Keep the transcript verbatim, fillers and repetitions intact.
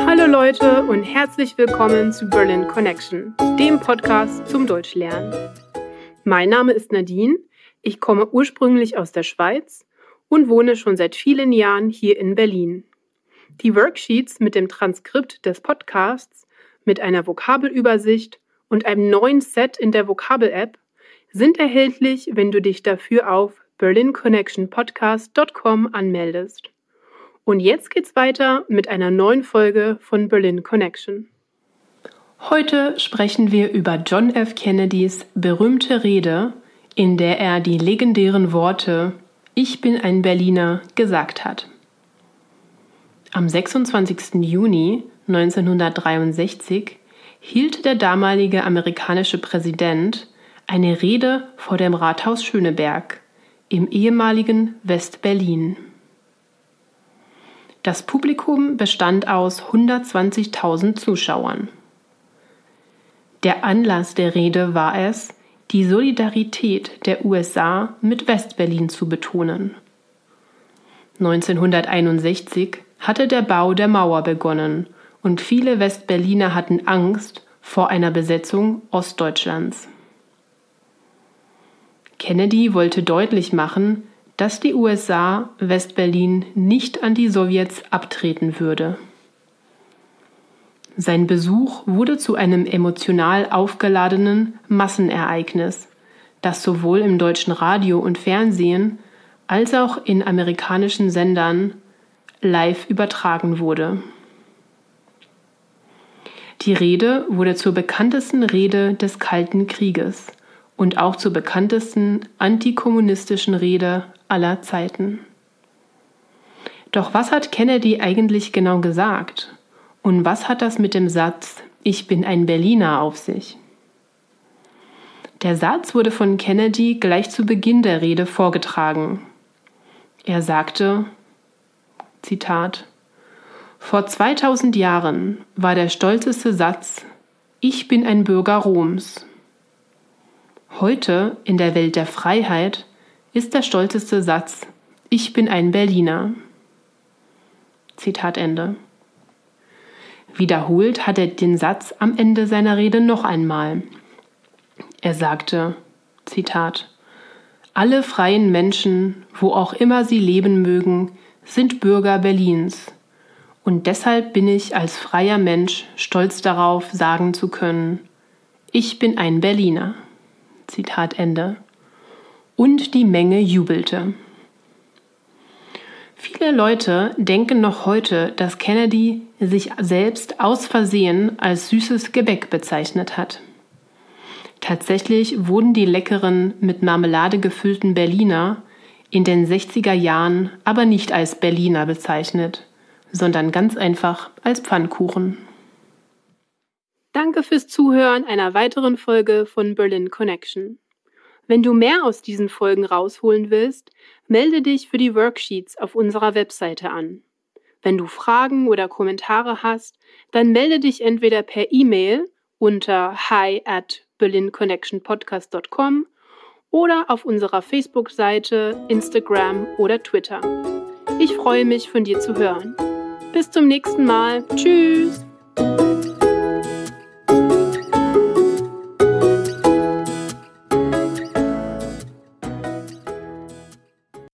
Hallo Leute und herzlich willkommen zu Berlin Connection, dem Podcast zum Deutschlernen. Mein Name ist Nadine, ich komme ursprünglich aus der Schweiz und wohne schon seit vielen Jahren hier in Berlin. Die Worksheets mit dem Transkript des Podcasts, mit einer Vokabelübersicht und einem neuen Set in der Vokabel-App sind erhältlich, wenn du dich dafür auf berlin connection podcast dot com anmeldest. Und jetzt geht's weiter mit einer neuen Folge von Berlin Connection. Heute sprechen wir über John F. Kennedys berühmte Rede, in der er die legendären Worte „Ich bin ein Berliner" gesagt hat. Am sechsundzwanzigsten Juni neunzehnhundertdreiundsechzig hielt der damalige amerikanische Präsident eine Rede vor dem Rathaus Schöneberg im ehemaligen West-Berlin. Das Publikum bestand aus hundertzwanzigtausend Zuschauern. Der Anlass der Rede war es, die Solidarität der U S A mit West-Berlin zu betonen. neunzehnhunderteinundsechzig hatte der Bau der Mauer begonnen und viele West-Berliner hatten Angst vor einer Besetzung Ostdeutschlands. Kennedy wollte deutlich machen, dass die U S A West-Berlin nicht an die Sowjets abtreten würde. Sein Besuch wurde zu einem emotional aufgeladenen Massenereignis, das sowohl im deutschen Radio und Fernsehen als auch in amerikanischen Sendern live übertragen wurde. Die Rede wurde zur bekanntesten Rede des Kalten Krieges und auch zur bekanntesten antikommunistischen Rede aller Zeiten. Doch was hat Kennedy eigentlich genau gesagt? Und was hat das mit dem Satz „Ich bin ein Berliner" auf sich? Der Satz wurde von Kennedy gleich zu Beginn der Rede vorgetragen. Er sagte, Zitat, „Vor zweitausend Jahren war der stolzeste Satz „Ich bin ein Bürger Roms". Heute, in der Welt der Freiheit, ist der stolzeste Satz „Ich bin ein Berliner". Zitat Ende. Wiederholt hat er den Satz am Ende seiner Rede noch einmal. Er sagte, Zitat, „Alle freien Menschen, wo auch immer sie leben mögen, sind Bürger Berlins. Und deshalb bin ich als freier Mensch stolz darauf, sagen zu können, ich bin ein Berliner." Zitat Ende. Und die Menge jubelte. Viele Leute denken noch heute, dass Kennedy sich selbst aus Versehen als süßes Gebäck bezeichnet hat. Tatsächlich wurden die leckeren, mit Marmelade gefüllten Berliner in den sechziger Jahren aber nicht als Berliner bezeichnet, sondern ganz einfach als Pfannkuchen. Danke fürs Zuhören einer weiteren Folge von Berlin Connection. Wenn du mehr aus diesen Folgen rausholen willst, melde dich für die Worksheets auf unserer Webseite an. Wenn du Fragen oder Kommentare hast, dann melde dich entweder per E-Mail unter hi at berlin connection podcast dot com oder auf unserer Facebook-Seite, Instagram oder Twitter. Ich freue mich, von dir zu hören. Bis zum nächsten Mal. Tschüss!